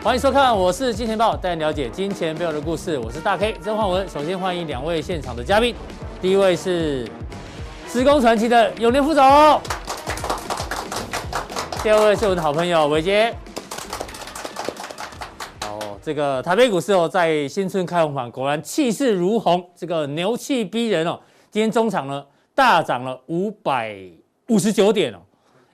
欢迎收看，我是金钱豹，带你了解金钱背后的故事。我是大 K 曾焕文。首先欢迎2位现场的嘉宾，第一位是施工传奇的永年副总，第二位是我的好朋友伟杰。这个台北股市在新春开红盘，果然气势如虹，这个牛气逼人哦。今天中场呢大涨了559点哦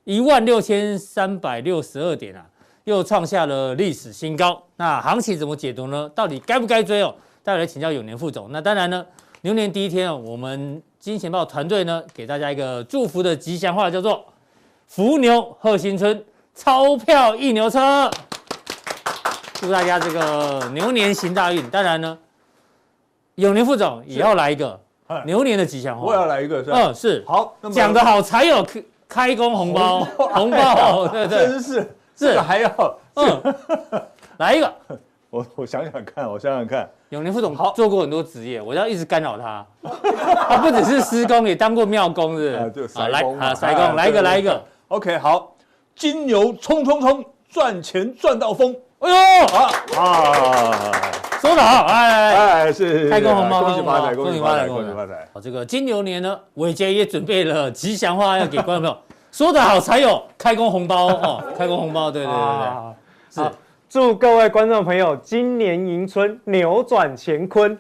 ，16362点啊。又创下了历史新高，那行情怎么解读呢？到底该不该追哦？待会来请教永年副总。那当然呢，牛年第一天我们金钱豹团队呢给大家一个祝福的吉祥话，叫做“福牛贺新春，钞票一牛车”，祝大家这个牛年行大运。当然呢，永年副总也要来一个牛年的吉祥话。 我要来一个是吧？ 是。 好， 讲得好才有开工红包，红包，对对， 真是。这个还要来一个， 我想想看， 永年副总做过很多职业，我要一直干扰他。他不只是施工，也当过庙工，是不是？ 对， 筛工，来一个。 OK， 好，金牛冲冲冲，赚钱赚到疯。 哎呦，说得好， 是开工红包， 恭喜发财， 恭喜发财。好，这个金牛年呢，伟杰也准备了吉祥话要给观众朋友。说得好才有开工红包哦，开工红包，对， 是。祝各位观众朋友今年迎春扭转乾坤。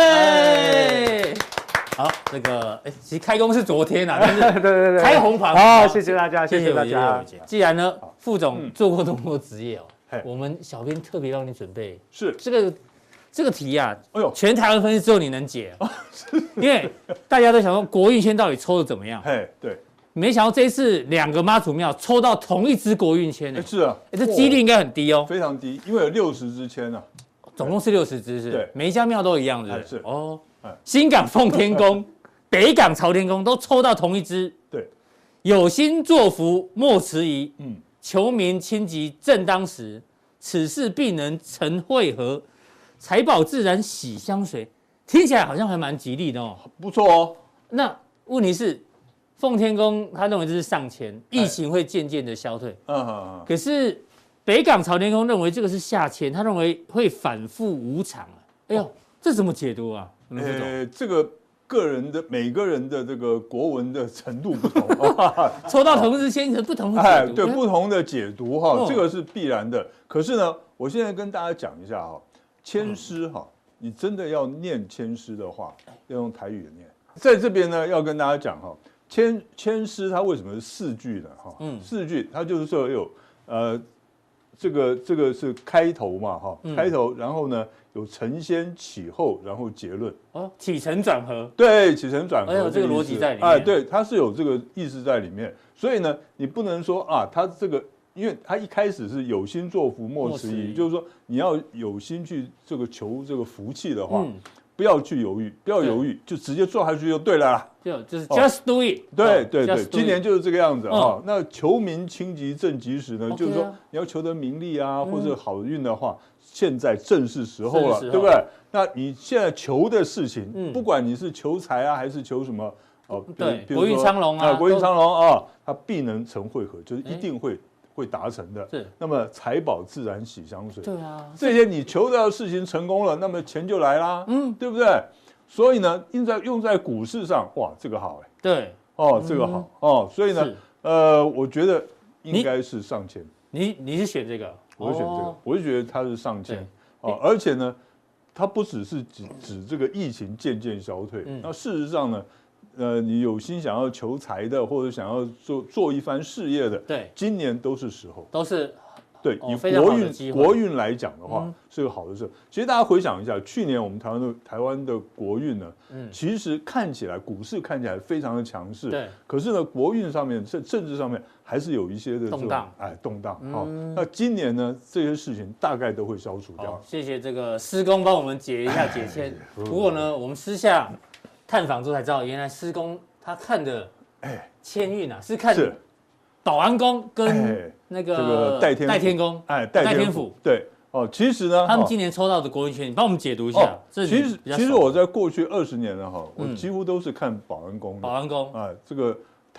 好，这个其实开工是昨天啊，但是对， 开红盘。 好，谢谢大家，谢谢大家。 既然呢，副总做过这么多职业哦，我们小编特别帮你准备， 是这个题啊，哎呦，全台湾分析只有你能解，因为大家都想说国运签到底抽的怎么样？ 对。 没想到这一次2个妈祖庙抽到同一支国运签呢。 是啊， 这几率应该很低哦， 非常低，因为有60支签啊， 总共是60支，是？对，每一家庙都一样的， 是哦。新港奉天宫、北港朝天宫都抽到同一支， 对， 有心作福莫迟疑，求民清吉正当时，此事必能成会合，财宝自然喜相随，听起来好像还蛮吉利的哦， 不错哦。 那问题是？奉天宫他认为这是上签，疫情会渐渐的消退。可是北港朝天宫认为这个是下签，他认为会反复无常。哎呦，这怎么解读啊？ 这个每个人的这个国文的程度不同， 抽到同支签，不同的解读， 对不同的解读哈，这个是必然的。可是呢，我现在跟大家讲一下哈，签诗哈，你真的要念签诗的话，要用台语念。在这边呢，要跟大家讲哈。签诗它为什么是4句呢？4句它就是说有这个是开头嘛开头，然后呢有承先启后，然后结论起承转合， 对，起承转合， 有这个逻辑在里面， 对，它是有这个意思在里面，所以呢你不能说它这个，因为它一开始是有心作福莫迟疑，就是说你要有心去这个求这个福气的话。不要去犹豫，就直接做下去就对了啦。 就是 just do it。 对，今年就是这个样子那求民清吉正吉时呢，就是说你要求得名利啊，或者好运的话，现在正是时候了，对不对？那你现在求的事情，不管你是求财啊，还是求什么对，国运昌隆啊， 国运昌隆啊，它必能成会合，就是一定会达成的， 是。 那么财宝自然喜相随， 对啊， 这些你求到的事情成功了，那么钱就来啦，对不对？所以呢，用在股市上，哇，这个好对， 这个好所以呢，我觉得应该是上签。 你是选这个？ 我选这个，我就觉得它是上签而且呢，它不只是指这个疫情渐渐消退，那事实上呢。你有心想要求财的，或者想要做一番事业的， 对， 今年都是时候， 都是对。以国运来讲的话，是个好的事。其实大家回想一下，去年我们台湾的国运呢，其实看起来股市看起来非常的强势， 对。 可是呢，国运上面政治上面还是有一些的动荡，那今年呢，这些事情大概都会消除掉。 谢谢这个施工帮我们解一下解签。不过呢，我们私下。探访之后才知道，原来施工他看的签运是看保安宫跟那个代天宫，代天府。 对其实呢， 他们今年抽到的国运签，你帮我们解读一下。 其实我在过去20年了我几乎都是看保安宫。 保安宫这个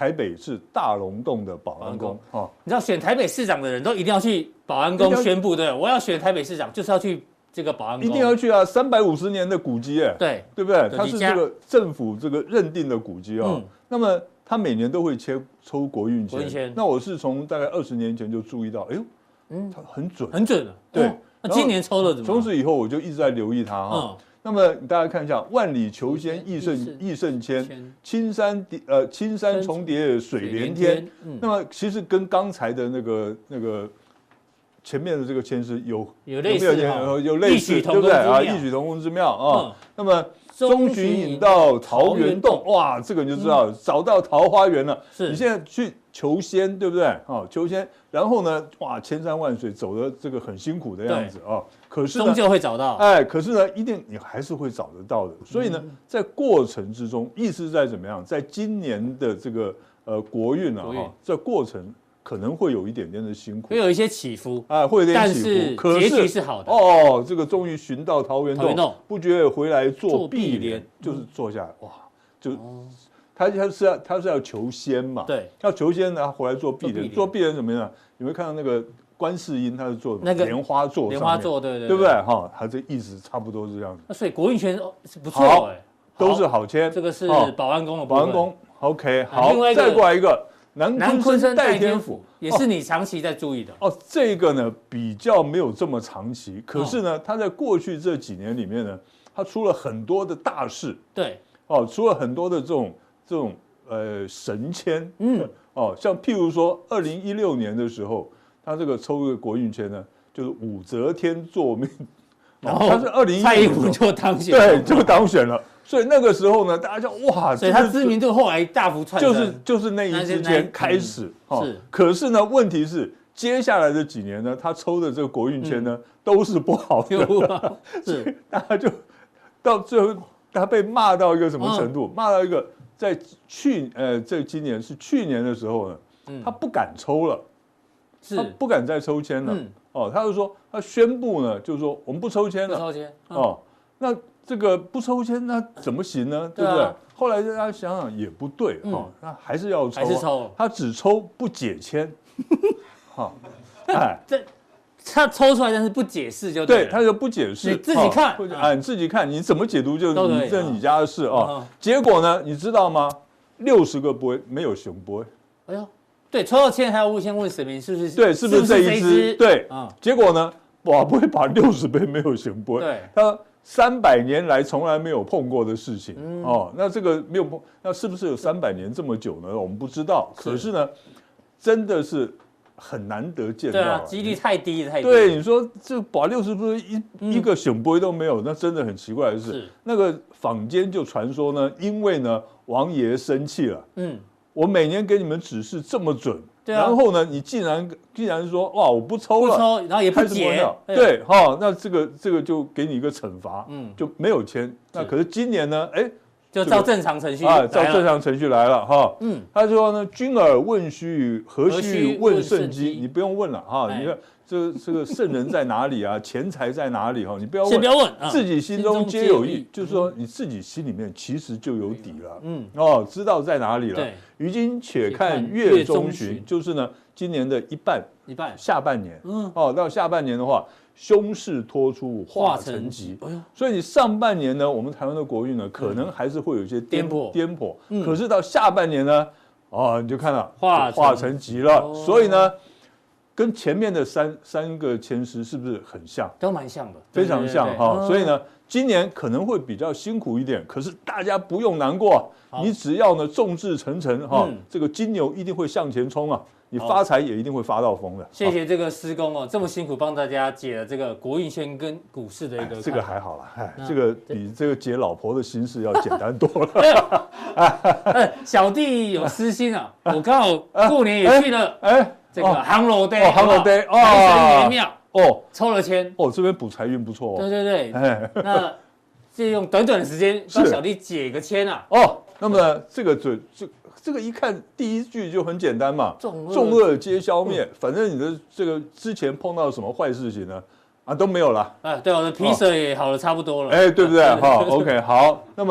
台北是大龙峒的保安宫哦。 你知道选台北市长的人都一定要去保安宫宣布，对，我要选台北市长，就是要去这个保安宫， 一定要去啊！350年的古迹，哎， 对不对？它是这个政府这个认定的古迹哦。那么它每年都会抽国运签，那我是从大概20年前就注意到，哎呦，它很准， 很准了。 对， 那今年抽了怎么？ 从此以后我就一直在留意它哈。那么大家看一下，万里求仙益胜千，青山重叠水连天。那么其实跟刚才的那个前面的这个签是有类似， 有类似，对不对啊？异曲同工之妙啊。那么中旬引到桃源洞，哇，这个你就知道找到桃花源了。你现在去求仙，对不对？哦，求仙，然后呢，哇，千山万水走的这个很辛苦的样子啊。可是呢， 终究会找到。 哎，可是呢，一定你还是会找得到的。所以呢，在过程之中，意思在怎么样？在今年的这个国运啊，这过程可能会有一点点的辛苦， 会有一些起伏啊，会有点起伏。 结局是好的哦。这个终于寻到桃源洞，不觉回来做碧莲，就是坐下来，哇，就他是要求仙嘛， 对， 要求仙呢，回来做碧莲，做碧莲怎么样？你会看到那个观世音，他是做那个莲花座， 莲花座，对不对？哈，他这意思差不多是这样子。 那所以国运圈是不错哎， 都是好签。 这个是保安宫的保安宫 ，OK， 好，再过来一个。南昆生代天府也是你长期在注意的哦。这个呢比较没有这么长期，可是呢，他在过去这几年里面呢，他出了很多的大事， 对， 哦，出了很多的这种神签，哦，像譬如说2016年的时候，他这个抽个国运签呢，就是武则天坐命， 然后他是2015 蔡英文就当选， 对，就当选了。所以那个时候呢，大家就哇， 所以他知名度后来大幅窜升， 就是那一支签开始是。可是呢，问题是接下来的几年呢，他抽的这个国运签呢都是不好的，是大家就到最后他被骂到一个什么程度？骂到一个在今年是去年的时候呢，他不敢抽了，他不敢再抽签了。哦，他就说他宣布呢，就是说我们不抽签了， 不抽签哦，那。这个不抽签那怎么行呢？对不对？后来大家想想也不对哈，那还是要抽， 还是抽， 他只抽不解签，好， 哎，他抽出来但是不解释就对，他就不解释， 你自己看啊，你自己看，你怎么解读就这你家的事啊。结果呢，你知道吗？60个杯没有熊杯， 哎呦，对，抽到签还要先问神明是不是对，是不是这一支？对，结果呢，哇，不会把60杯没有熊杯， 对， 他。300年来从来没有碰过的事情哦，那这个没有碰，那是不是有300年这么久呢？我们不知道。可是呢，真的是很难得见到，对啊，几率太低了，太低。 对，你说这把60不是一个醒杯都没有，那真的很奇怪的是，那个坊间就传说呢，因为呢王爷生气了，我每年给你们指示这么准。然后呢，你既然说哇，我不抽了， 然后也不解， 对哈，那这个就给你一个惩罚，就没有签。那可是今年呢，哎， 就照正常程序啊，照正常程序来了哈。他说呢，君尔问须，何须问圣机？你不用问了哈，你看这个圣人在哪里啊？钱财在哪里哈？你不要问，自己心中皆有意，就是说你自己心里面其实就有底了，知道在哪里了。于今且看月中旬，就是呢，今年的一半下半年，到下半年的话，凶势脱出化成吉，所以你上半年呢，我们台湾的国运呢，可能还是会有一些颠簸，可是到下半年呢，你就看到化成吉了，所以呢。跟前面的三个签诗是不是很像？ 都蛮像的， 非常像哈。所以呢，今年可能会比较辛苦一点，可是大家不用难过，你只要呢众志成城哈，这个金牛一定会向前冲啊，你发财也一定会发到疯的。 谢谢这个师公哦，这么辛苦帮大家解了这个国运线跟股市的一个。 这个还好啦，这个比这个解老婆的心事要简单多了。 小弟有私心啊，我刚好过年也去了，这个杭州day， 杭州day， 财神爷庙抽了签， 这边补财运不错。 对，那就用短短的时间帮小弟解个签啊。 那么这个一看第一句就很简单嘛，众恶皆消灭，反正你的这个之前碰到什么坏事情呢？都没有了。 对，我的皮蛇也好了差不多了。 对不对？OK， 好，那么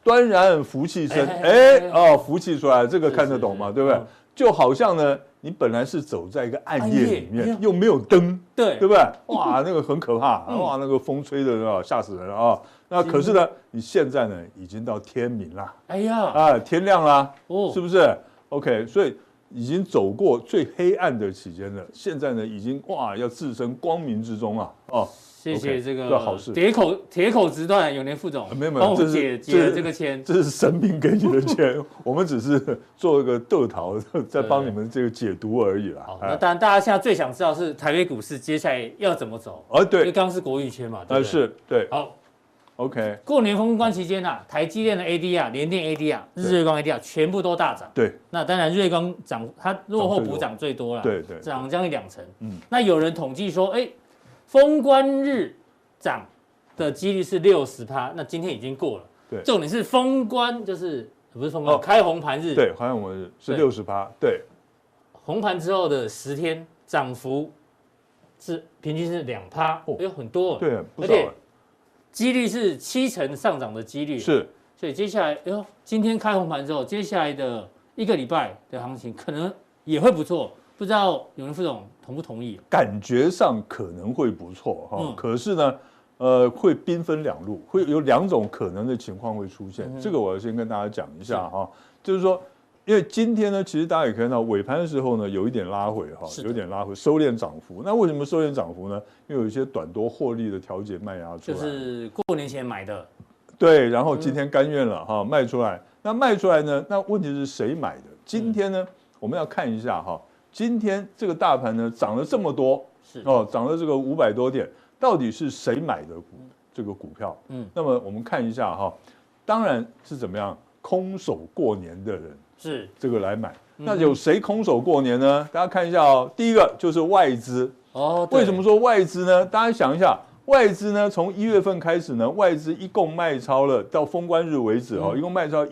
端然福气生，福气出来，这个看得懂吗？对不对？就好像呢，你本来是走在一个暗夜里面，又没有灯， 对不对？哇，那个很可怕，哇，那个风吹的吓死人啊！那可是呢，你现在呢，已经到天明了，天亮了，是不是 ？OK， 所以已经走过最黑暗的期间了，现在呢，已经要置身光明之中啊！ 谢谢这个好事， 铁口直断，永年副总， 没有， 帮我解了这个签， 这是神明给你的签，我们只是做一个逗桃，在帮你们这个解读而已啦。 好，那当然大家现在最想知道是台北股市接下来要怎么走， 对， 因为刚刚是国运圈嘛，对不对？ 是，对， 好 ，OK， 过年封关期间啊，台积电的 ADR、联电 ADR、日月光 ADR 全部都大涨， 对， 那当然日月光涨，它落后补涨最多了， 对， 涨将近2成，那有人统计说，封关日涨的几率是60%，那今天已经过了。 对， 重点是封关，就是不是封关，开红盘日。 对，开红盘日是60%。对， 红盘之后的10天涨幅是平均是2%，很多。 对， 而且几率是7成上涨的几率。 是， 所以接下来，今天开红盘之后，接下来的1个礼拜的行情可能也会不错。不知道永年副总同不同意？ 感觉上可能会不错哈，可是呢，会兵分2路，会有2种可能的情况会出现。这个我要先跟大家讲一下哈，就是说，因为今天呢，其实大家也看到尾盘的时候呢，有一点拉回哈，有点拉回，收敛涨幅。那为什么收敛涨幅呢？因为有一些短多获利的调节卖压出来， 就是过年前买的。 对，然后今天甘愿了哈，卖出来。那卖出来呢？那问题是谁买的？今天呢，我们要看一下哈。今天这个大盘呢涨了这么多，涨了这个500多点，到底是谁买的这个股票？那么我们看一下哈，当然是怎么样，空手过年的人是这个来买。那有谁空手过年呢？大家看一下哦，第一个就是外资。为什么说外资呢？大家想一下，外资呢从1月份开始呢，外资一共卖超了到封关日为止一共卖超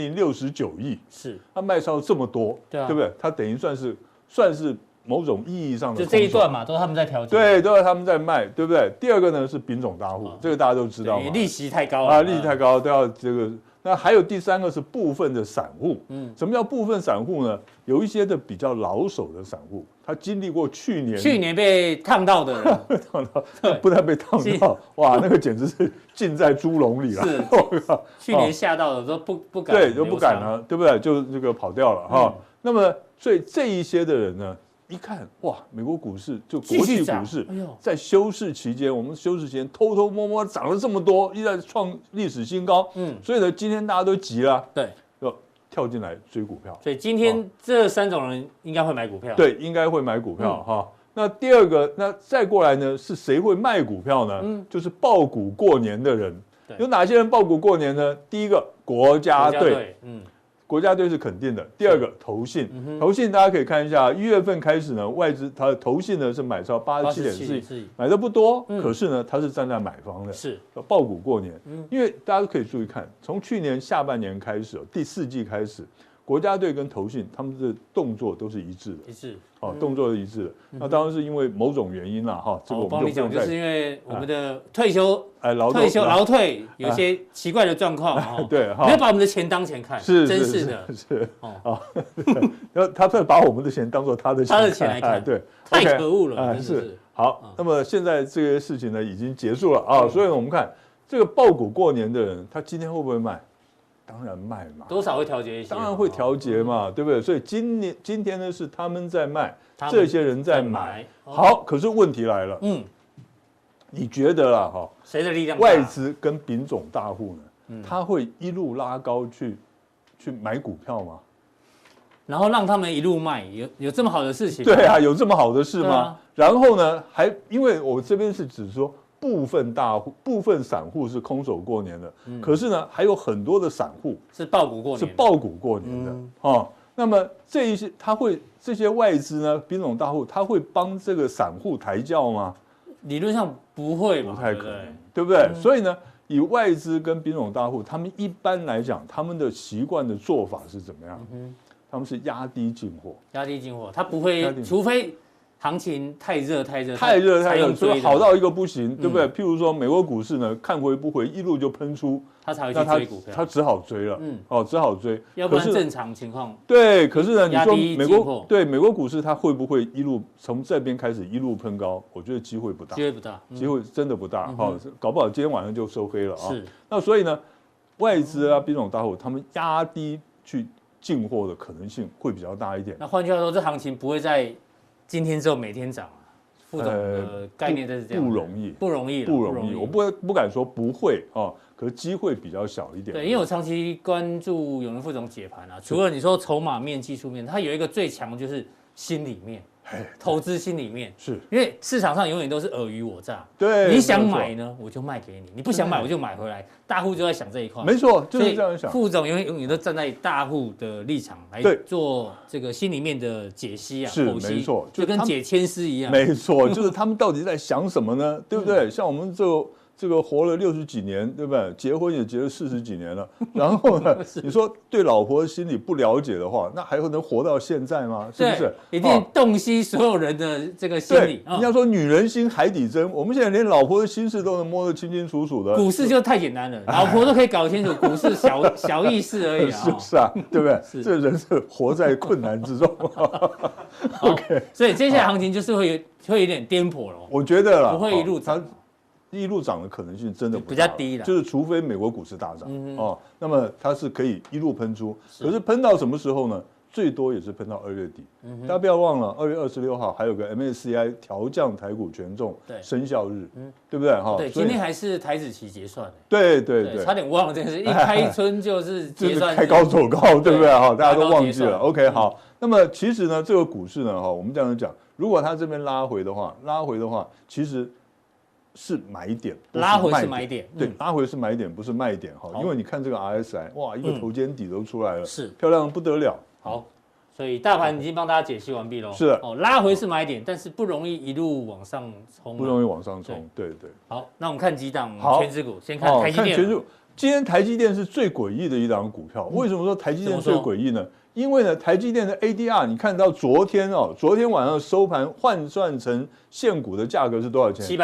1069亿， 是它卖超这么多，对不对？它等于算是某种意义上的， 就这一段嘛，都是他们在调节， 对，都是他们在卖，对不对？第二个呢是丙种大户，这个大家都知道嘛， 利息太高了利息太高都要这个。那还有第3个是部分的散户，什么叫部分散户呢？有一些的比较老手的散户，他经历过去年被烫到的人， 不但被烫到，哇，那个简直是浸在猪笼里了。 是，去年吓到的都不敢， 对，都不敢了，对不对？就这个跑掉了哈。那么，所以这一些的人呢，一看哇，美国股市就国际股市在休市期间，我们休市期间偷偷摸摸涨了这么多，一直在创历史新高。所以呢，今天大家都急了， 对， 要跳进来追股票。 所以今天这3种人应该会买股票， 对，应该会买股票哈。那第二个，那再过来呢，是谁会卖股票呢？就是抱股过年的人。有哪些人抱股过年呢？第一个，国家队，国家队是肯定的。第二个，投信，投信大家可以看一下，1月份开始呢，外资它的投信呢是买超87.4亿，买的不多，可是呢，它是站在买方的， 是抱股过年。因为大家都可以注意看，从去年下半年开始，第4季开始，国家队跟投信他们的动作都是一致的，动作是一致的。那当然是因为某种原因啦，这个我们就不用再。 就是因为我们的退休劳退有一些奇怪的状况， 对， 没有把我们的钱当钱看，真是的， 是然后他把我们的钱当做他的钱来看， 对， 太可恶了， 是。好，那么现在这些事情呢已经结束了啊，所以我们看这个抱股过年的人，他今天会不会卖？当然卖嘛， 多少会调节一些， 当然会调节嘛，对不对？所以今天呢是他们在卖，这些人在买。好，可是问题来了，你觉得啦哈， 谁的力量？ 外资跟丙种大户呢，他会一路拉高去买股票吗？ 然后让他们一路卖，有这么好的事情？ 对啊，有这么好的事吗？然后呢，还因为我这边是指说。部分散户是空手过年的，可是呢，还有很多的散户是抱股过年的，那么这些外资呢，丙种大户，他会帮这个散户抬轿吗？ 理论上不会吧， 不太可能，对不对？所以呢，以外资跟丙种大户，他们一般来讲，他们的习惯的做法是怎么样？他们是压低进货， 他不会，除非行情太热， 所以好到一个不行，对不对？譬如说美国股市呢，看回不回，一路就喷出， 他才会去追股票， 他只好追了，只好追， 要不然正常情况对。可是呢，你说美国股市它会不会一路从这边开始一路喷高？我觉得机会不大，机会真的不大，搞不好今天晚上就收黑了啊。是，那所以呢，外资啊、兵种大户他们压低去进货的可能性会比较大一点。 那换句话说，这行情不会在今天之后每天涨啊，副总的概念就是这样，不容易。 我不敢说不会啊，可是机会比较小一点。 对，因为我长期关注永仁副总解盘啊，除了你说筹码面、技术面，它有一个最强就是心里面。投资心里面是因为市场上永远都是尔虞我诈， 对， 你想买呢，我就卖给你；你不想买，我就买回来。大户就在想这一块， 没错，就是这样想。 副总永远都站在大户的立场来做这个心里面的解析啊， 是没错， 就跟解签诗一样。 没错，就是他们到底在想什么呢？对不对？像我们这个活了60几年，对不对？结婚也结了40几年了，然后呢，你说对老婆心里不了解的话，那还能活到现在吗？是不是？ 一定洞悉所有人的这个心理。 人家说女人心海底针，我们现在连老婆的心事都能摸得清清楚楚的。 股市就太简单了，老婆都可以搞清楚，股市小意思而已啊。 是啊，对不对？这人是活在困难之中。 OK， 所以接下来行情就是会有点颠簸了。 我觉得啦， 不会一路涨。 一路涨的可能性真的比较低了， 就是除非美国股市大涨那么它是可以一路喷出，可是喷到什么时候呢？最多也是喷到2月底。大家不要忘了，2月26号还有个 MSCI 调降台股权重生效日，对不对？ 对，今天还是台指期结算。 对， 差点忘了这件事，一开春就是结算， 开高走高，对不对？大家都忘记了。OK， 好，那么其实呢，这个股市呢，我们这样讲，如果它这边拉回的话，其实是买点， 拉回是买点， 对，拉回是买点，不是卖点哈。因为你看这个 RSI， 哇，一个头肩底都出来了， 是漂亮不得了。 好，所以大盘已经帮大家解析完毕喽。 是拉回是买点，但是不容易一路往上冲， 不容易往上冲。对。 好，那我们看几档全指股，先看台积电。 今天台积电是最诡异的一档股票，为什么说台积电最诡异呢？因为呢，台积电的 ADR， 你看到昨天晚上收盘换算成现股的价格是多少钱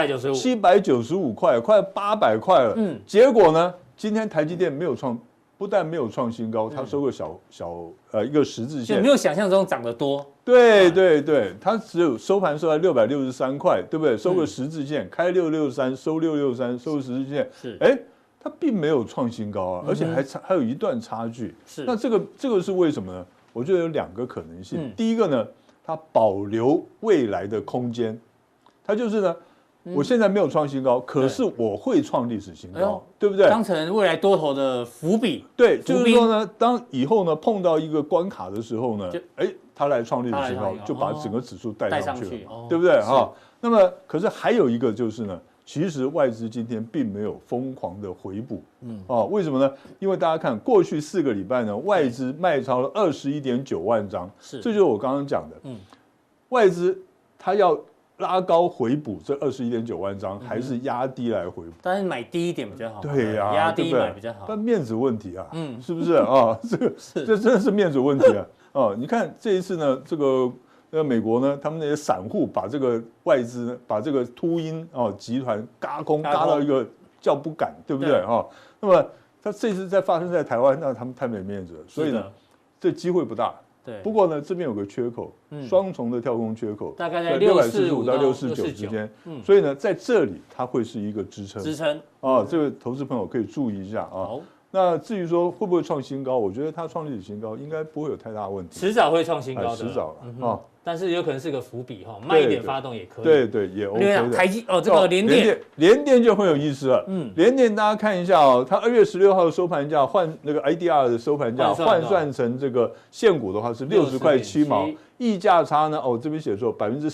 ？795块，快800块了。结果呢，今天台积电不但没有创新高，它收个一个十字线， 就没有想象中涨得多。 对，它只有收盘收在663块，对不对？收个十字线，开663，收663，收个十字线。是，它并没有创新高啊，而且还有一段差距。是，那这个是为什么呢？我觉得有2个可能性。第一个呢，它保留未来的空间，它就是呢，我现在没有创新高，可是我会创历史新高，对不对？ 当成未来多头的伏笔。 对，就是说呢，当以后呢碰到一个关卡的时候呢，它来创历史新高，就把整个指数带上去了，对不对？那么可是还有一个就是呢。其实外资今天并没有疯狂的回补，为什么呢？因为大家看过去4个礼拜呢，外资卖超了21.9万张，这就是我刚刚讲的，外资它要拉高回补这21.9万张，还是压低来回补？ 但是买低一点比较好， 对呀， 压低买比较好。 但面子问题啊，是不是啊？这真的是面子问题啊！你看这一次呢，美国呢，他们那些散户把这个外资，把这个秃鹰集团轧空到一个叫不敢，对不对那么他这次发生在台湾，那他们太没面子了，所以呢，这机会不大。对。不过呢，这边有个缺口，双重的跳空缺口， 大概在 645到649之间。所以呢，在这里它会是一个支撑。这个投资朋友可以注意一下啊。好。那至于说会不会创新高，我觉得它创历史新高应该不会有太大问题， 迟早会创新高的， 迟早了但是有可能是个伏笔慢一点发动也可以。 对，也 OK 的。 台积这个联电就很有意思了。联电大家看一下它2月16号的收盘价换那个 IDR 的收盘价换算成这个现股的话是60块7毛，溢价差呢这边写错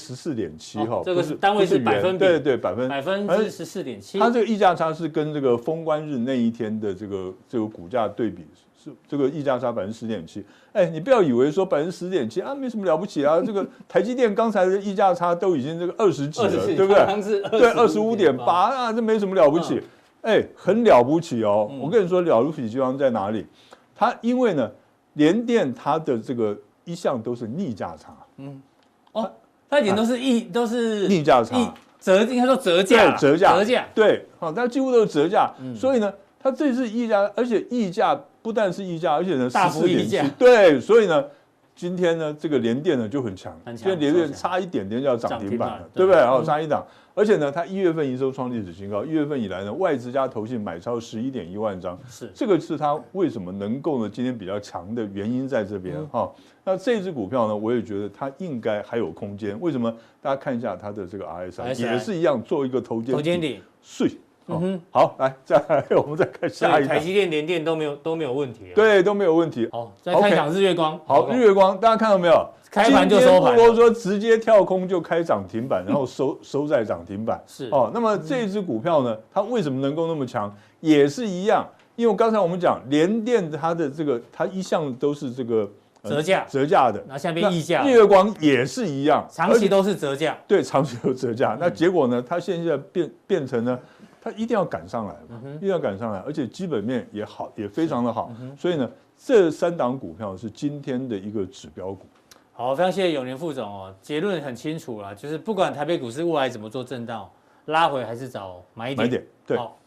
14.7 这个是单位是百分比， 对 14.7%。 它这个溢价差是跟这个封关日那一天的这个股价对比。这个溢价差10.7%，你不要以为说10.7%啊没什么了不起啊，这个台积电刚才的溢价差都已经这个20几了，对不对？对，25.8啊，这没什么了不起，很了不起哦。我跟你说了不起的地方在哪里？它因为呢，联电它的这个一向都是逆价差， 它以前都是逆价差， 应该说折价， 折价，对，好，它几乎都是折价，所以呢，它这次溢价，而且溢价不但是溢价，而且呢大幅溢价， 对，所以呢。今天呢，这个联电呢就很强，现在联电差一点点就要涨停板了，对不对？差一档，而且呢，它1月份营收创历史新高，1月份以来呢，外资加投信买超11.1万张，这个是它为什么能够呢今天比较强的原因在这边哈。那这支股票呢，我也觉得它应该还有空间，为什么？大家看一下它的这个 RSI 也是一样，做一个头肩底，碎。好，来再来，我们再看下一档。 台积电、联电都没有问题， 对，都没有问题。 好，再看一档日月光。 好，日月光，大家看到没有？ 开盘就收盘， 不说直接跳空就开涨停板，然后收在涨停板。 是那么这一支股票呢，它为什么能够那么强？也是一样，因为刚才我们讲联电它的这个，它一向都是这个折价的，那下面溢价。 日月光也是一样， 长期都是折价。 对，长期都折价。那结果呢？它现在变成呢？它一定要赶上来嘛，一定要赶上来，而且基本面也好，也非常的好，所以呢，这3档股票是今天的一个指标股。 好，非常谢谢永年副总哦，结论很清楚了，就是不管台北股市未来怎么做震荡，拉回还是找买点， 对。 好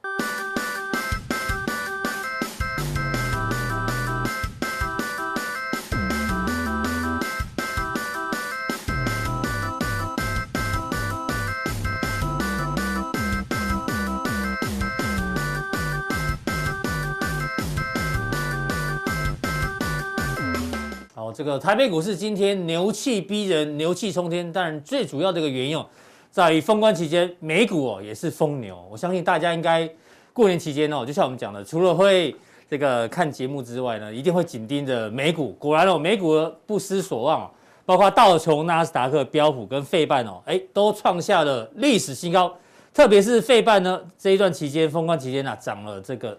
这个台北股市今天牛气逼人，牛气冲天，当然最主要的一个原因在于封关期间美股也是疯牛。我相信大家应该过年期间就像我们讲的，除了会这个看节目之外呢，一定会紧盯着美股。果然美股不失所望包括道琼、纳斯达克、标普跟费半都创下了历史新高。特别是费半呢，这一段期间封关期间涨了这个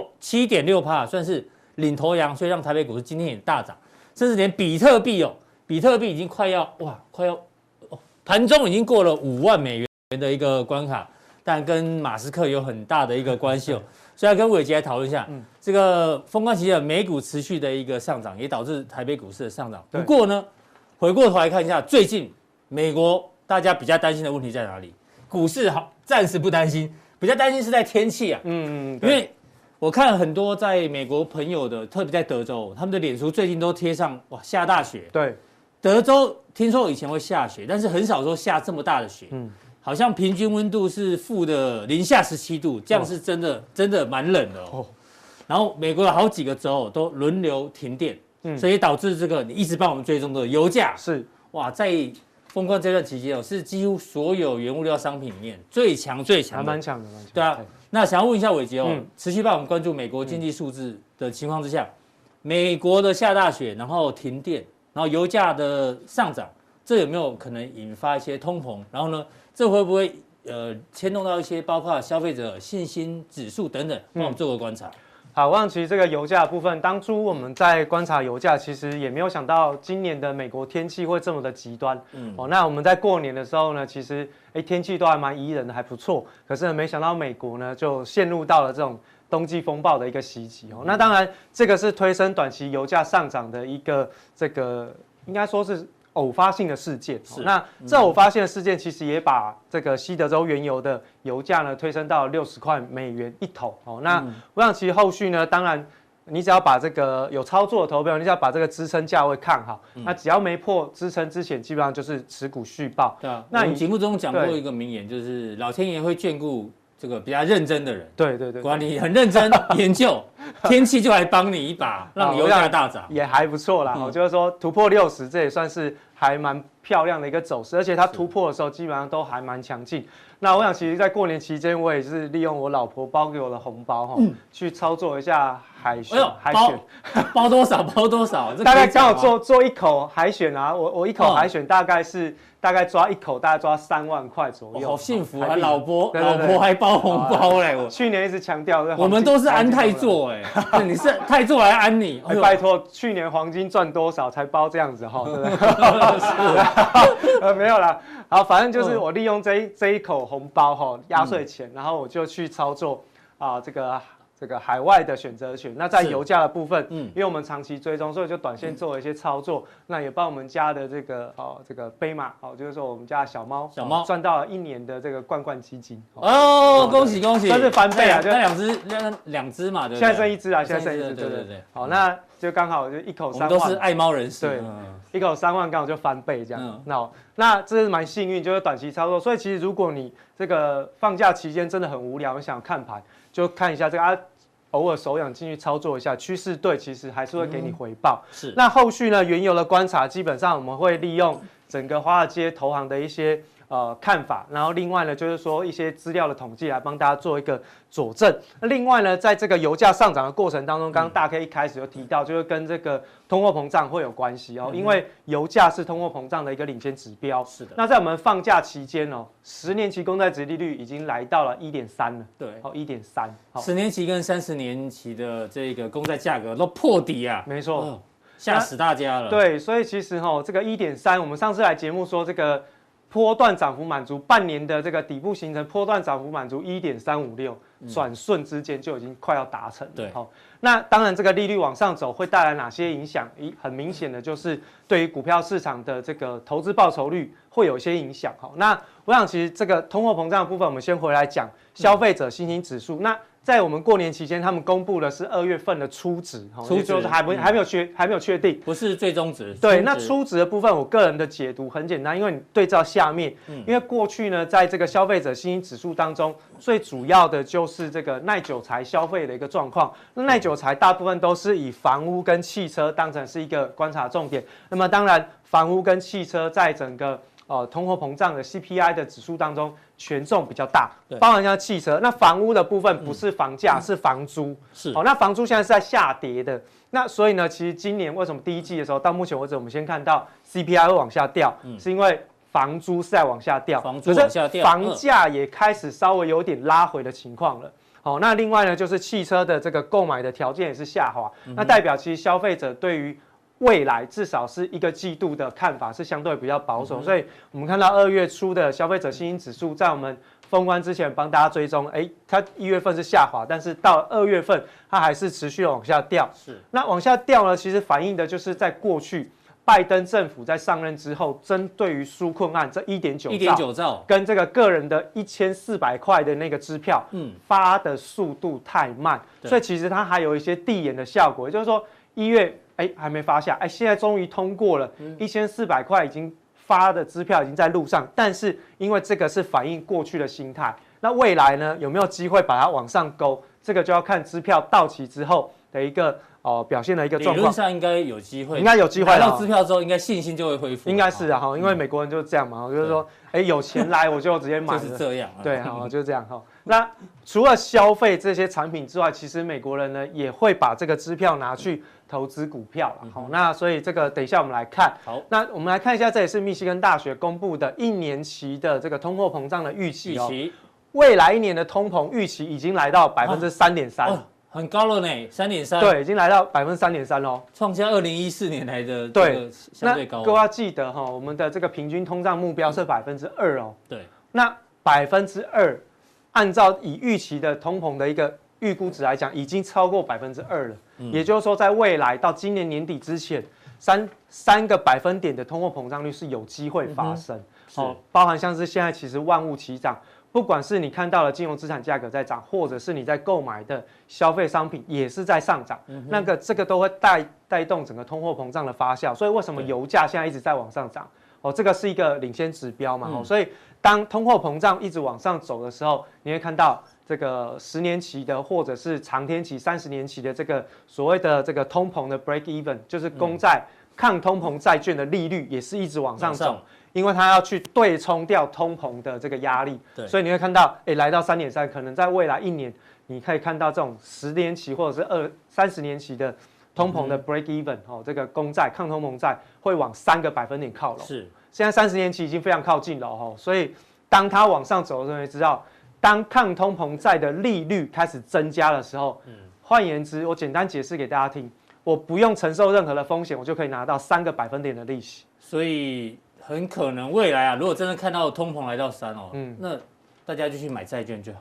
7.6%，算是领头羊，所以让台北股市今天也大涨。甚至连比特币已经快要盘中已经过了5万美元的一个关卡，但跟马斯克有很大的一个关系所以要跟伟杰来讨论一下，这个封关期间美股持续的一个上涨，也导致台北股市的上涨。不过呢，回过头来看一下，最近美国大家比较担心的问题在哪里？股市暂时不担心，比较担心是在天气因为我看很多在美国朋友的，特别在德州，他们的脸书最近都贴上下大雪。 对， 德州听说以前会下雪，但是很少说下这么大的雪。好像平均温度是零下17度，这样是真的蛮冷的然后美国有好几个州都轮流停电，所以导致这个你一直帮我们追踪的油价是在封关这段期间是几乎所有原物料商品里面最强的， 还蛮强的， 对啊。那想要问一下伟杰持续帮我们关注美国经济数字的情况之下，美国的下大雪，然后停电，然后油价的上涨，这有没有可能引发一些通膨？然后呢，这会不会牵动到一些包括消费者信心指数等等？帮我们做个观察。 好，我想其实这个油价的部分，当初我们在观察油价，其实也没有想到今年的美国天气会这么的极端。那我们在过年的时候呢，其实天气都还蛮宜人的，还不错。可是呢，没想到美国呢就陷入到了这种冬季风暴的一个袭击那当然，这个是推升短期油价上涨的一个应该说是偶发性的事件。那这偶发性的事件其实也把这个西德州原油的油价呢推升到60块美元一桶那我想其实后续呢，当然你只要把这个有操作的投票，你只要把这个支撑价位看好，那只要没破支撑之前，基本上就是持股续报。 对啊，那我们节目中讲过一个名言，就是老天爷会眷顾这个比较认真的人。 对， 果然你很认真研究，天气就来帮你一把，让油价大涨， 也还不错啦。就是说突破60，这也算是还蛮漂亮的一个走势，而且它突破的时候基本上都还蛮强劲。那我想，其实，在过年期间，我也是利用我老婆包给我的红包去操作一下海选。 包多少？ 大概刚好做一口海选啊，我一口海选大概抓一口，大概抓3万块左右。 好幸福啊！老婆还包红包嘞！我去年一直强调， 我们都是安泰座你是泰座还安你？ 拜托，去年黄金赚多少才包这样子对不对？没有啦。好，反正就是我利用这一口红包压岁钱，然后我就去操作这个这个海外的选择权。那在是油价的部分，因为我们长期追踪，所以就短线做了一些操作。那也帮我们家的这个杯马就是说我们家的小猫赚到了1年的这个冠基金。 哦，恭喜恭喜！ 算是翻倍啊！ 那两只嘛，对不对？ 现在剩一只啊，现在剩一只， 对。 好，那就刚好就一口3万， 我们都是爱猫人士， 对，一口3万刚好就翻倍这样。那这是蛮幸运，就是短期操作。所以其实如果你这个放假期间真的很无聊，想看盘，就看一下这个偶尔手痒进去操作一下，趋势对，其实还是会给你回报。 是。 那后续呢，原油的观察，基本上我们会利用整个华尔街投行的一些看法，然后另外呢，就是说一些资料的统计来帮大家做一个佐证。那另外呢，在这个油价上涨的过程当中，刚刚大 K 一开始就提到，就是跟这个通货膨胀会有关系哦，因为油价是通货膨胀的一个领先指标。 是的。 那在我们放假期间10年期公债殖利率已经来到了1.3了。 对 ，1.3。 10年期跟30年期的这个公债价格都破底啊。 没错， 吓死大家了。 对，所以其实这个1.3，我们上次来节目说这个波段涨幅满足半年的这个底部形成波段涨幅满足1.356，转瞬之间就已经快要达成了。 对， 那当然这个利率往上走会带来哪些影响？很明显的就是对于股票市场的这个投资报酬率会有一些影响。那我想其实这个通货膨胀的部分，我们先回来讲消费者信心指数。那在我们过年期间，他们公布的是2月份的初值，就是还没有确定， 不是最终值。 对，那初值的部分，我个人的解读很简单，因为你对照下面，因为过去呢，在这个消费者信心指数当中，最主要的就是这个耐久材消费的一个状况。那耐久材大部分都是以房屋跟汽车当成是一个观察重点。那么当然，房屋跟汽车在整个通货膨胀的 CPI 的指数当中权重比较大，包含像汽车。那房屋的部分不是房价，是房租。 是。 那房租现在是在下跌的。那所以呢，其实今年为什么第一季的时候，到目前为止我们先看到 CPI 会往下掉，是因为房租是在往下掉，可是房价也开始稍微有点拉回的情况了。好，那另外呢，就是汽车的这个购买的条件也是下滑，那代表其实消费者对于未来至少是1个季度的看法是相对比较保守，所以我们看到2月初的消费者信心指数，在我们封关之前帮大家追踪，它1月份是下滑，但是到2月份它还是持续的往下掉。 是，那往下掉呢，其实反映的就是在过去拜登政府在上任之后，针对于纾困案这1.9兆跟这个个人的1400块的那个支票，发的速度太慢，所以其实它还有一些递延的效果，也就是说1月还没发下，现在终于通过了，1400块已经发的支票已经在路上，但是因为这个是反映过去的心态，那未来呢有没有机会把它往上勾？这个就要看支票到期之后的一个表现的一个状况。 理论上应该有机会， 应该有机会。 拿到支票之后，应该信心就会恢复。 应该是啊，因为美国人就是这样嘛，就是说，有钱来我就直接买了， 就是这样。 对，就是这样哈。那除了消费这些产品之外，其实美国人呢也会把这个支票拿去投资股票了。好，那所以这个等一下我们来看。好，那我们来看一下，这也是密西根大学公布的1年期的这个通货膨胀的预期哦。未来1年的通膨预期已经来到3.3%， 很高了呢，3.3。 对，已经来到3.3%喽， 创下2014年来的这个相对高。 那各位要记得我们的这个平均通胀目标是2%哦。 对， 那2%，按照以预期的通膨的一个预估值来讲，已经超过2%了。也就是说，在未来到今年年底之前，3个百分点的通货膨胀率是有机会发生。包含像是现在其实万物齐涨。不管是你看到了金融资产价格在涨，或者是你在购买的消费商品也是在上涨，这个都会带动整个通货膨胀的发酵。所以为什么油价现在一直在往上涨？这个是一个领先指标嘛。所以当通货膨胀一直往上走的时候，你会看到这个10年期的或者是长天期、30年期的这个所谓的这个通膨的 break even， 就是公债抗通膨债券的利率也是一直往上走。因为它要去对冲掉通膨的这个压力，所以你会看到，来到3.3，可能在未来1年，你可以看到这种10年期或者是30年期的通膨的 break even， 这个公债抗通膨债会往3个百分点靠拢。是，现在30年期已经非常靠近了所以当它往上走的时候，你知道，当抗通膨债的利率开始增加的时候，换言之，我简单解释给大家听，我不用承受任何的风险，我就可以拿到3个百分点的利息。 所以很可能未来如果真的看到通膨来到3那大家就去买债券就好了。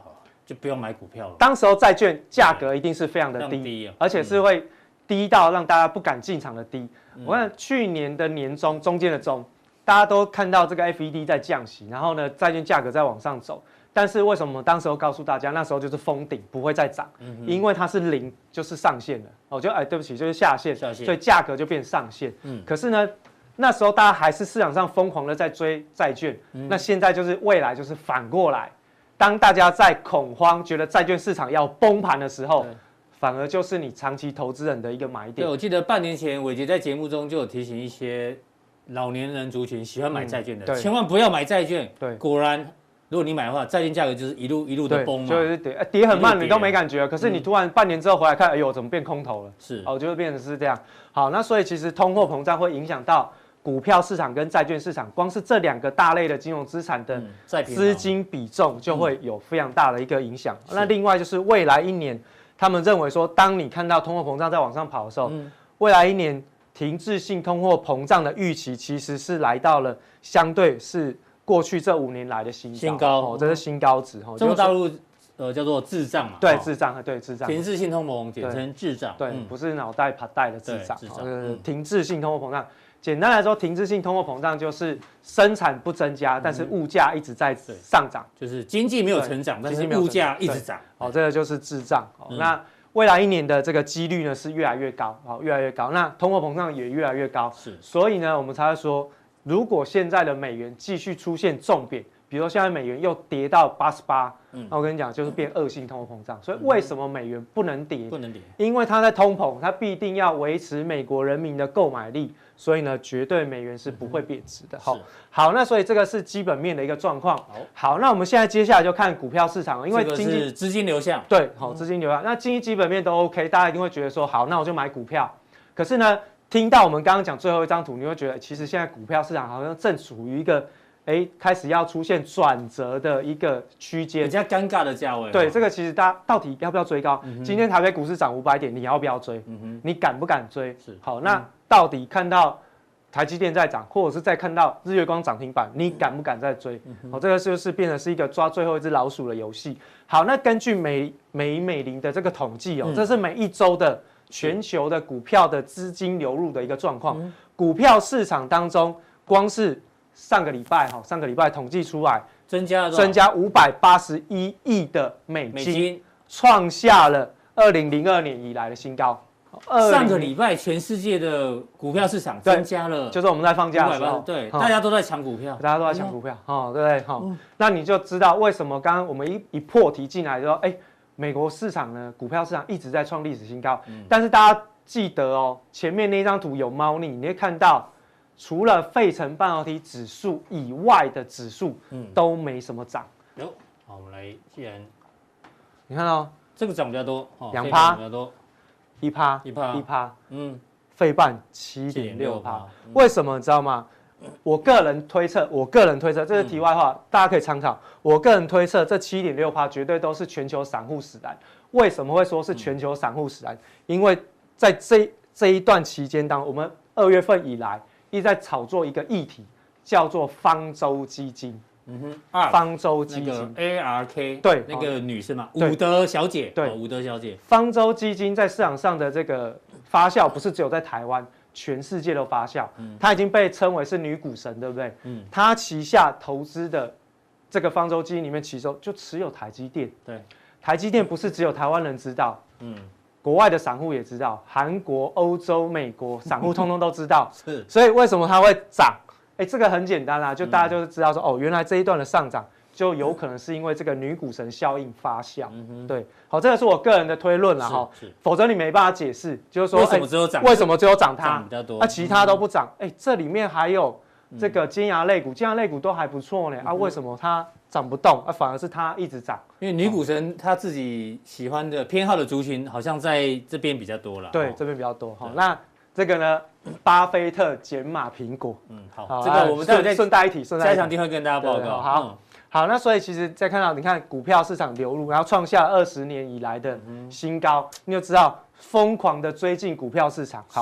就不用买股票了。 当时候债券价格一定是非常的低，而且是会低到让大家不敢进场的低。我看去年的年中间的中，大家都看到这个 FED 在降息，然后呢债券价格在往上走。但是为什么当时候告诉大家，那时候就是封顶，不会再涨，因为它是零，就是上限了。哦，对不起，就是下限，所以价格就变上限。可是呢，那时候大家还是市场上疯狂的在追债券，那现在就是未来就是反过来，当大家在恐慌，觉得债券市场要崩盘的时候，反而就是你长期投资人的一个买点。 对，我记得半年前伟杰在节目中就有提醒一些老年人族群喜欢买债券的，千万不要买债券。对，果然。如果你买的话，债券价格就是一路的崩嘛， 就是跌很慢，你都没感觉。可是你突然半年之后回来看，哎呦，怎么变空头了？ 是就会变成是这样。好，那所以其实通货膨胀会影响到股票市场跟债券市场，光是这2个大类的金融资产的资金比重就会有非常大的一个影响。那另外就是未来1年，他们认为说，当你看到通货膨胀在往上跑的时候，未来1年停滞性通货膨胀的预期其实是来到了相对是。过去这5年来的新高，这是新高值。 中国大陆叫做滞胀嘛， 对滞胀，对滞胀， 停滞性通膨简称滞胀， 对，不是脑袋爬带的滞胀，停滞性通货膨胀。简单来说，停滞性通货膨胀就是生产不增加，但是物价一直在上涨， 就是经济没有成长，但是物价一直涨。 这个就是滞胀。那未来1年的这个几率呢是越来越高，越来越高。那通货膨胀也越来越高，所以呢，我们才会说。如果现在的美元继续出现重贬，比如说现在美元又跌到88，那我跟你讲就是变恶性通货膨胀。所以为什么美元不能跌？ 不能跌， 因为它在通膨，它必定要维持美国人民的购买力，所以呢，绝对美元是不会贬值的。好，那所以这个是基本面的一个状况。好，那我们现在接下来就看股票市场，因为经济资金流向， 对，资金流向，那经济基本面都 OK， 大家一定会觉得说，好，那我就买股票。可是呢？听到我们刚刚讲最后一张图，你会觉得其实现在股票市场好像正处于一个，开始要出现转折的一个区间， 比较尴尬的价位。 对，这个其实大家到底要不要追高？今天台北股市涨500点，你要不要追？你敢不敢追？好，那到底看到台积电在涨，或者是再看到日月光涨停板，你敢不敢再追？这个就是变成是一个抓最后一只老鼠的游戏。好，那根据美林的这个统计这是每1周的。全球的股票的资金流入的一个状况，股票市场当中，光是上个礼拜统计出来，增加581亿的美金，创下了2002年以来的新高。 上个礼拜全世界的股票市场增加了， 就是我们在放假的时候， 对，大家都在抢股票， 对不对？那你就知道为什么刚刚我们一破题进来说，美国市场呢，股票市场一直在创历史新高，但是大家记得前面那张图有猫腻，你会看到，除了费城半导体指数以外的指数，都没什么涨。 好，我们来，既然你看到这个涨比较多 ，2%， 比较多 ，1%，费半7.6%，为什么你知道吗？我个人推测，这是题外话，大家可以参考。我个人推测，这7.6%绝对都是全球散户使然。为什么会说是全球散户使然？因为在这一段期间当中，我们2月份以来一直在炒作一个议题，叫做方舟基金。方舟基金 ARK 对， 那个女生嘛，伍德小姐， 对， 伍德小姐。 方舟基金在市场上的这个发酵，不是只有在台湾。全世界都发酵，它已经被称为是女股神，对不对？它旗下投资的这个方舟基金里面，其中就持有台积电。对，台积电不是只有台湾人知道，国外的散户也知道，韩国、欧洲、美国散户通通都知道。是，所以为什么它会涨？这个很简单啦，就大家就是知道说，原来这一段的上涨就有可能是因为这个女股神效应发酵。对，好，这个是我个人的推论啦哈，否则你没办法解释，就是说为什么只有涨？ 为什么只有涨它比较多？ 其他都不涨？这里面还有这个尖牙类股，尖牙类股都还不错呢。为什么它涨不动？反而是它一直涨？ 因为女股神她自己喜欢的偏好的族群好像在这边比较多了。 对，这边比较多。好，那这个呢？巴菲特减码苹果。 好，这个我们再顺带一提， 下一场一定会跟大家报告。 好，那所以其实再看到，你看股票市场流入，然后创下20年以来的新高，你就知道疯狂的追进股票市场。好，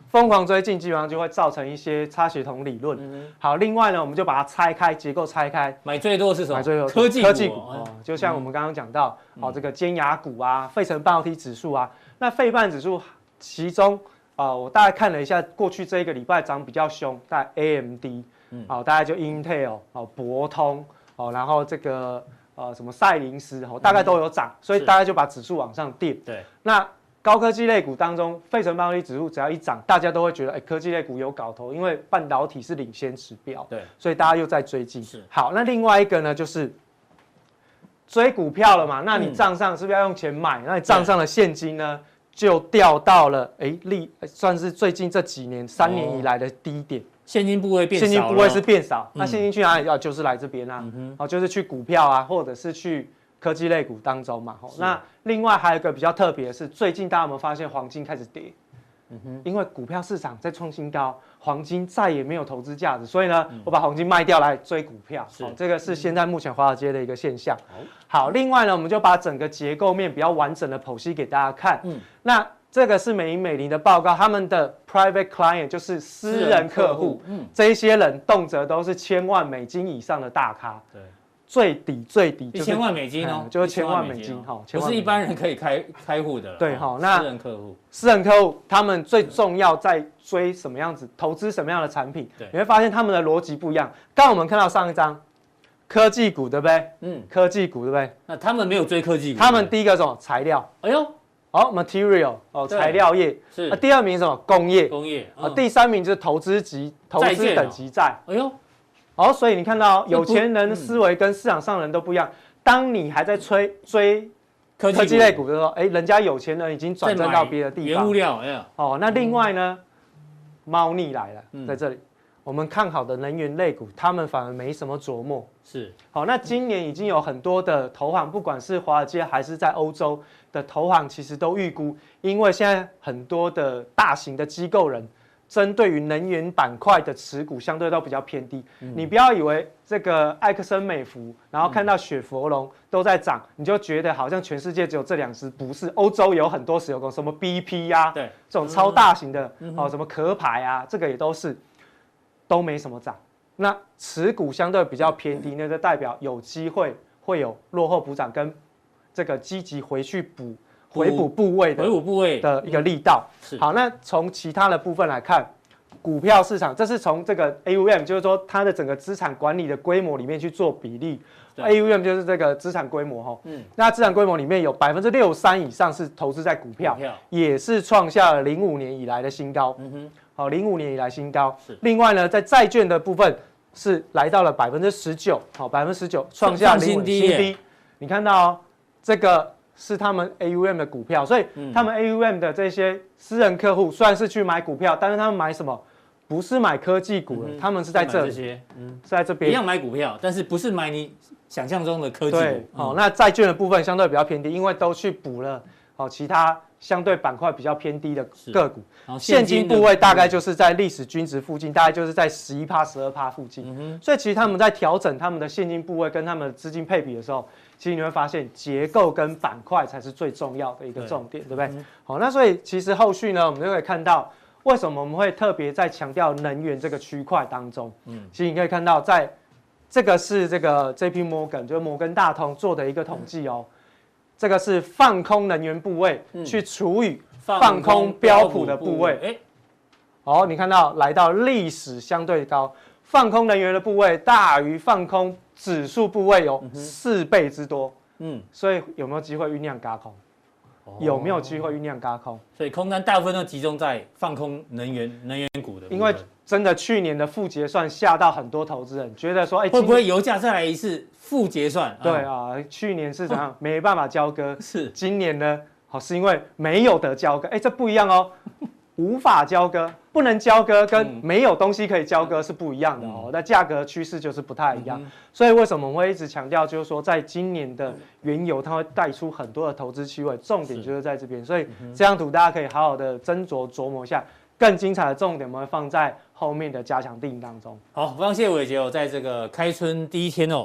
疯狂追进，基本上就会造成一些差协同理论。好，另外呢，我们就把它拆开，结构拆开。 买最多是什么？ 买最多科技股哦，就像我们刚刚讲到，这个尖牙股啊，费城半导体指数啊，那费半指数其中我大概看了一下，过去这一个礼拜涨比较凶，大概 AMD，大概就 Intel，博通，然后这个什么赛灵思，大概都有涨，所以大家就把指数往上垫。 对， 那高科技类股当中，费城半导体指数只要一涨，大家都会觉得，科技类股有搞头，因为半导体是领先指标， 对， 所以大家又在追进。好，那另外一个呢，就是追股票了嘛，那你账上是不是要用钱买？那你账上的现金呢，就掉到了算是最近这几年3年以来的低点。 现金部位变少了， 现金部位是变少，那现金去哪里？就是来这边啊，就是去股票啊，或者是去科技类股当中嘛。那另外还有一个比较特别的是，最近大家有没有发现黄金开始跌？因为股票市场在创新高，黄金再也没有投资价值，所以呢，我把黄金卖掉来追股票。这个是现在目前华尔街的一个现象。好，另外呢，我们就把整个结构面比较完整的剖析给大家看。那这个是美银美林的报告，他们的 private client 就是私人客户，这一些人动辄都是1000万美金以上的大咖。对。最底就是 1000万美金哦， 就是1000万美金哈， 不是一般人可以开户的。 对哈，那私人客户他们最重要在追什么样子，投资什么样的产品，你会发现他们的逻辑不一样。刚刚我们看到上一张科技股，对不对？科技股对不对？ 那他们没有追科技股， 他们第一个什么材料？哎呦，material 材料业是。第二名是什么？工业。第三名就是投资等级债。哎呦。所以你看到有钱人的思维跟市场上人都不一样。当你还在追科技类股的时候，人家有钱人已经转战到别的地方。 原物料， 那另外呢，猫腻来了，在这里，我们看好的能源类股，他们反而没什么琢磨。 是， 那今年已经有很多的投行，不管是华尔街还是在欧洲的投行，其实都预估，因为现在很多的大型的机构人。针对于能源板块的持股相对都比较偏低，你不要以为这个埃克森美孚，然后看到雪佛龙都在涨，你就觉得好像全世界只有这2只，不是？欧洲有很多石油公司，什么 BP 啊，对，这种超大型的，什么壳牌啊，这个也都没什么涨。那持股相对比较偏低，那就代表有机会会有落后补涨跟这个积极回补部位的一个力道。好，那从其他的部分来看，股票市场，这是从这个 AUM， 就是说它的整个资产管理的规模里面去做比例。AUM 就是这个资产规模哈。那资产规模里面有63%以上是投资在股票，也是创下了05年以来的新高。05年以来新高。另外呢，在债券的部分是来到了19%，好，19%创下新低。你看到这个。是他们 AUM 的股票，所以他们 AUM 的这些私人客户虽然是去买股票，但是他们买什么？不是买科技股了，他们是在这里，是在这边一样买股票，但是不是买你想象中的科技股。 对，那债券的部分相对比较偏低，因为都去补了其他相对板块比较偏低的个股。现金部位大概就是在历史均值附近，大概就是在11%、12%附近。所以其实他们在调整他们的现金部位跟他们的资金配比的时候。其实你会发现，结构跟板块才是最重要的一个重点， 对不对？好，那所以其实后续呢，我们就可以看到，为什么我们会特别在强调能源这个区块当中。其实你可以看到，在这个是这个 JP Morgan， 就是摩根大通做的一个统计哦。这个是放空能源部位去除以放空标普的部位。你看到来到历史相对高，放空能源的部位大于放空。指数部位有4倍之多，所以有没有机会酝酿軋空？有没有机会酝酿軋空？ 所以空单大部分都集中在放空能源股的部分。 因为真的去年的负结算吓到很多投资人，觉得说， 会不会油价再来一次负结算？ 对啊，去年是怎样没办法交割？是今年呢？是因为没有得交割，这不一样哦。无法交割，不能交割，跟没有东西可以交割是不一样的那价格趋势就是不太一样。所以为什么我们会一直强调，就是说在今年的原油它会带出很多的投资机会，重点就是在这边。所以这张图大家可以好好的斟酌琢磨一下，更精彩的重点我们会放在后面的加强定当中。 好，非常谢谢伟捷在这个开春第一天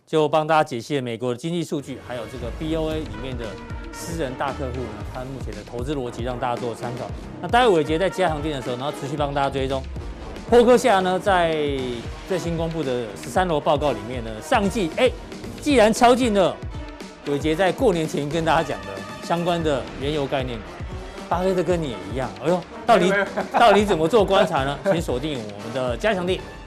就帮大家解析了美国的经济数据，还有这个 BOA 里面的私人大客户呢，他目前的投资逻辑，让大家做参考。那待会伟杰在加强店的时候，然后持续帮大家追踪。波克夏呢，在最新公布的13楼报告里面呢，上季既然敲进了伟杰在过年前跟大家讲的相关的原油概念股，巴菲特跟你也一样，哎呦，到底怎么做观察呢？请锁定我们的加强店。